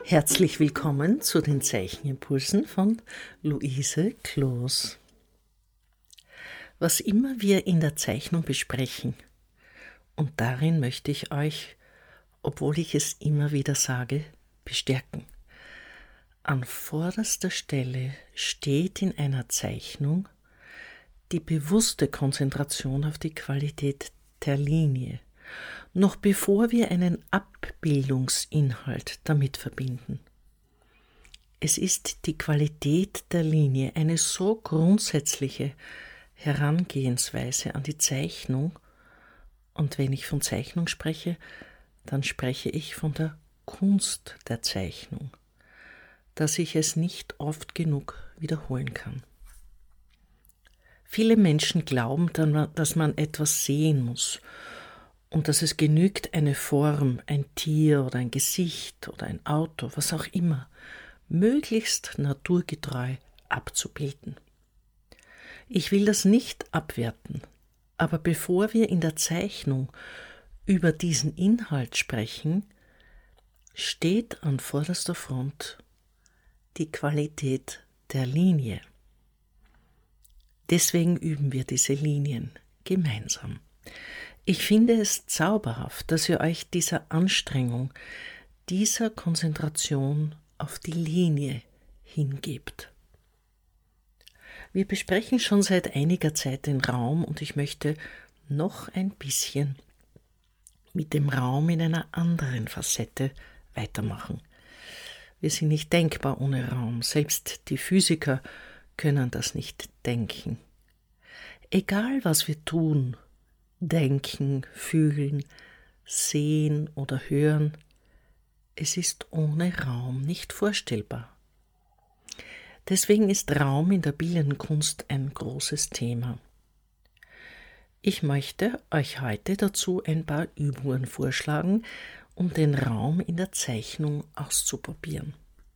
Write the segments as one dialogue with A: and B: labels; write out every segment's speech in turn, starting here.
A: Herzlich willkommen zu den Zeichenimpulsen von Luise Kloos. Was immer wir in der Zeichnung besprechen, und darin möchte ich euch, obwohl ich es immer wieder sage, bestärken. An vorderster Stelle steht in einer Zeichnung die bewusste Konzentration auf die Qualität der Linie, noch bevor wir einen Abbildungsinhalt damit verbinden. Es ist die Qualität der Linie, eine so grundsätzliche Herangehensweise an die Zeichnung, und wenn ich von Zeichnung spreche, dann spreche ich von der Kunst der Zeichnung, dass ich es nicht oft genug wiederholen kann. Viele Menschen glauben dann, dass man etwas sehen muss und dass es genügt, eine Form, ein Tier oder ein Gesicht oder ein Auto, was auch immer, möglichst naturgetreu abzubilden. Ich will das nicht abwerten, aber bevor wir in der Zeichnung über diesen Inhalt sprechen, steht an vorderster Front die Qualität der Linie. Deswegen üben wir diese Linien gemeinsam. Ich finde es zauberhaft, dass ihr euch dieser Anstrengung, dieser Konzentration auf die Linie hingebt. Wir besprechen schon seit einiger Zeit den Raum und ich möchte noch ein bisschen mit dem Raum in einer anderen Facette weitermachen. Wir sind nicht denkbar ohne Raum, selbst die Physiker können das nicht denken. Egal was wir tun, denken, fühlen, sehen oder hören, es ist ohne Raum nicht vorstellbar. Deswegen ist Raum in der bildenden Kunst ein großes Thema. Ich möchte euch heute dazu ein paar Übungen vorschlagen, um den Raum in der Zeichnung auszuprobieren.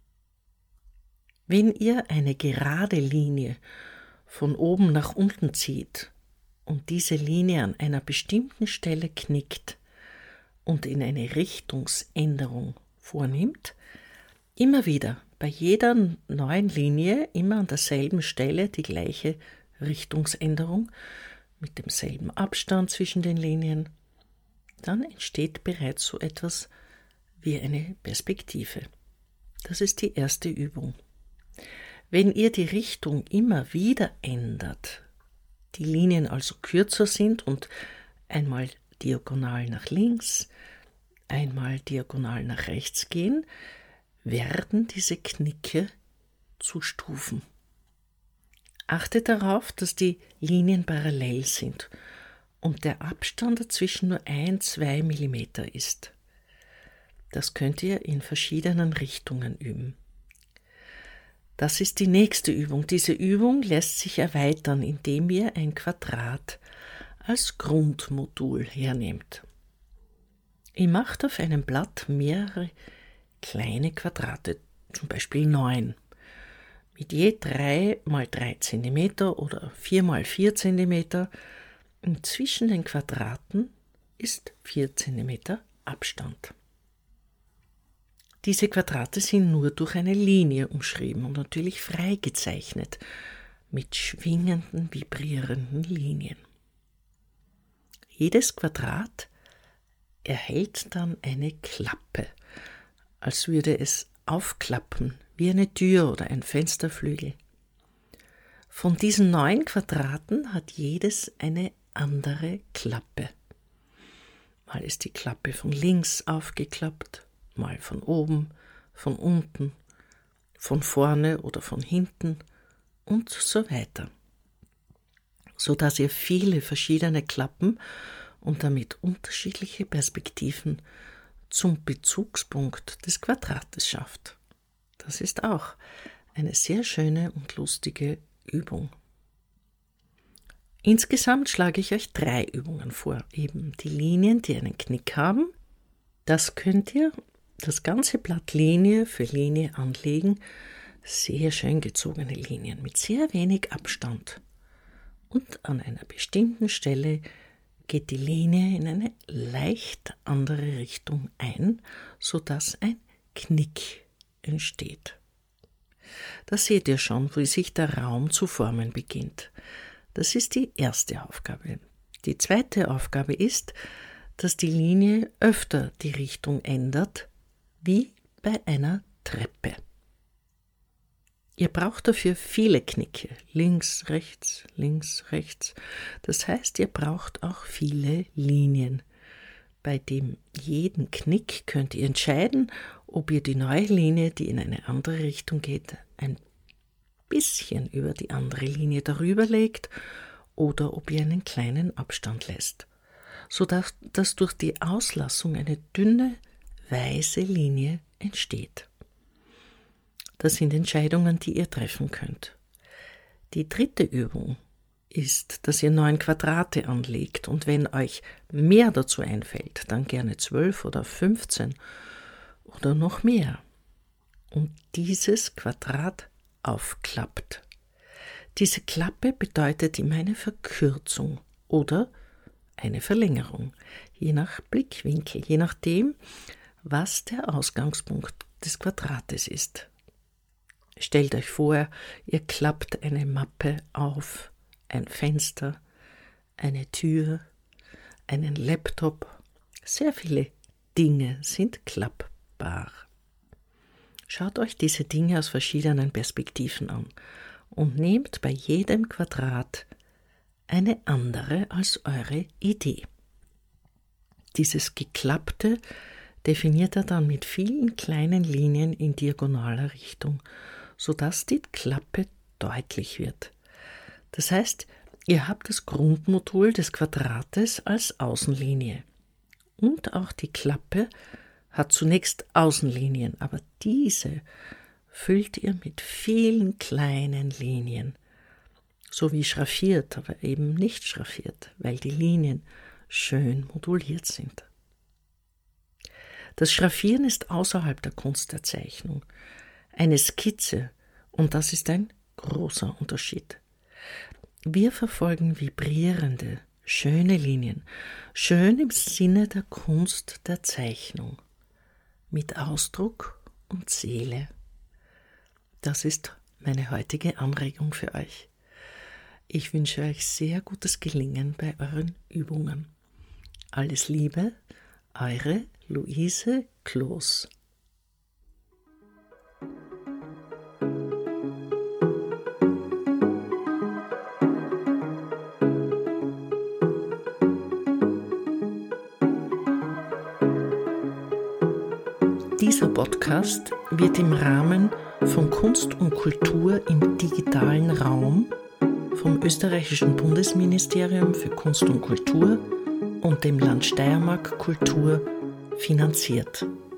A: Wenn ihr eine gerade Linie von oben nach unten zieht und diese Linie an einer bestimmten Stelle knickt und in eine Richtungsänderung vornimmt, immer wieder bei jeder neuen Linie immer an derselben Stelle die gleiche Richtungsänderung mit demselben Abstand zwischen den Linien, dann entsteht bereits so etwas wie eine Perspektive. Das ist die erste Übung. Wenn ihr die Richtung immer wieder ändert, die Linien also kürzer sind und einmal diagonal nach links, einmal diagonal nach rechts gehen, werden diese Knicke zu Stufen. Achtet darauf, dass die Linien parallel sind und der Abstand dazwischen nur 1-2 mm ist. Das könnt ihr in verschiedenen Richtungen üben. Das ist die nächste Übung. Diese Übung lässt sich erweitern, indem ihr ein Quadrat als Grundmodul hernehmt. Ihr macht auf einem Blatt mehrere kleine Quadrate, zum Beispiel 9, mit je 3 x 3 cm oder 4 x 4 cm. Und zwischen den Quadraten ist 4 cm Abstand. Diese Quadrate sind nur durch eine Linie umschrieben und natürlich frei gezeichnet, mit schwingenden, vibrierenden Linien. Jedes Quadrat erhält dann eine Klappe, als würde es aufklappen, wie eine Tür oder ein Fensterflügel. Von diesen 9 Quadraten hat jedes eine andere Klappe. Mal ist die Klappe von links aufgeklappt, mal von oben, von unten, von vorne oder von hinten und so weiter, sodass ihr viele verschiedene Klappen und damit unterschiedliche Perspektiven zum Bezugspunkt des Quadrates schafft. Das ist auch eine sehr schöne und lustige Übung. Insgesamt schlage ich euch 3 Übungen vor, eben die Linien, die einen Knick haben. Das könnt ihr das ganze Blatt Linie für Linie anlegen, sehr schön gezogene Linien mit sehr wenig Abstand. Und an einer bestimmten Stelle geht die Linie in eine leicht andere Richtung ein, sodass ein Knick entsteht. Da seht ihr schon, wie sich der Raum zu formen beginnt. Das ist die erste Aufgabe. Die zweite Aufgabe ist, dass die Linie öfter die Richtung ändert, wie bei einer Treppe. Ihr braucht dafür viele Knicke, links, rechts, links, rechts. Das heißt, ihr braucht auch viele Linien. Bei dem jeden Knick könnt ihr entscheiden, ob ihr die neue Linie, die in eine andere Richtung geht, ein bisschen über die andere Linie darüber legt oder ob ihr einen kleinen Abstand lässt, sodass durch die Auslassung eine dünne, weiße Linie entsteht. Das sind Entscheidungen, die ihr treffen könnt. Die dritte Übung ist, dass ihr 9 Quadrate anlegt und wenn euch mehr dazu einfällt, dann gerne 12 oder 15 oder noch mehr und dieses Quadrat aufklappt. Diese Klappe bedeutet immer eine Verkürzung oder eine Verlängerung, je nach Blickwinkel, je nachdem, was der Ausgangspunkt des Quadrates ist. Stellt euch vor, ihr klappt eine Mappe auf, ein Fenster, eine Tür, einen Laptop. Sehr viele Dinge sind klappbar. Schaut euch diese Dinge aus verschiedenen Perspektiven an und nehmt bei jedem Quadrat eine andere als eure Idee. Dieses Geklappte definiert er dann mit vielen kleinen Linien in diagonaler Richtung, sodass die Klappe deutlich wird. Das heißt, ihr habt das Grundmodul des Quadrates als Außenlinie. Und auch die Klappe hat zunächst Außenlinien, aber diese füllt ihr mit vielen kleinen Linien. So wie schraffiert, aber eben nicht schraffiert, weil die Linien schön moduliert sind. Das Schraffieren ist außerhalb der Kunst der Zeichnung. Eine Skizze, und das ist ein großer Unterschied. Wir verfolgen vibrierende, schöne Linien, schön im Sinne der Kunst der Zeichnung, mit Ausdruck und Seele. Das ist meine heutige Anregung für euch. Ich wünsche euch sehr gutes Gelingen bei euren Übungen. Alles Liebe, eure Luise Kloos. Dieser Podcast wird im Rahmen von Kunst und Kultur im digitalen Raum vom Österreichischen Bundesministerium für Kunst und Kultur und dem Land Steiermark Kultur finanziert.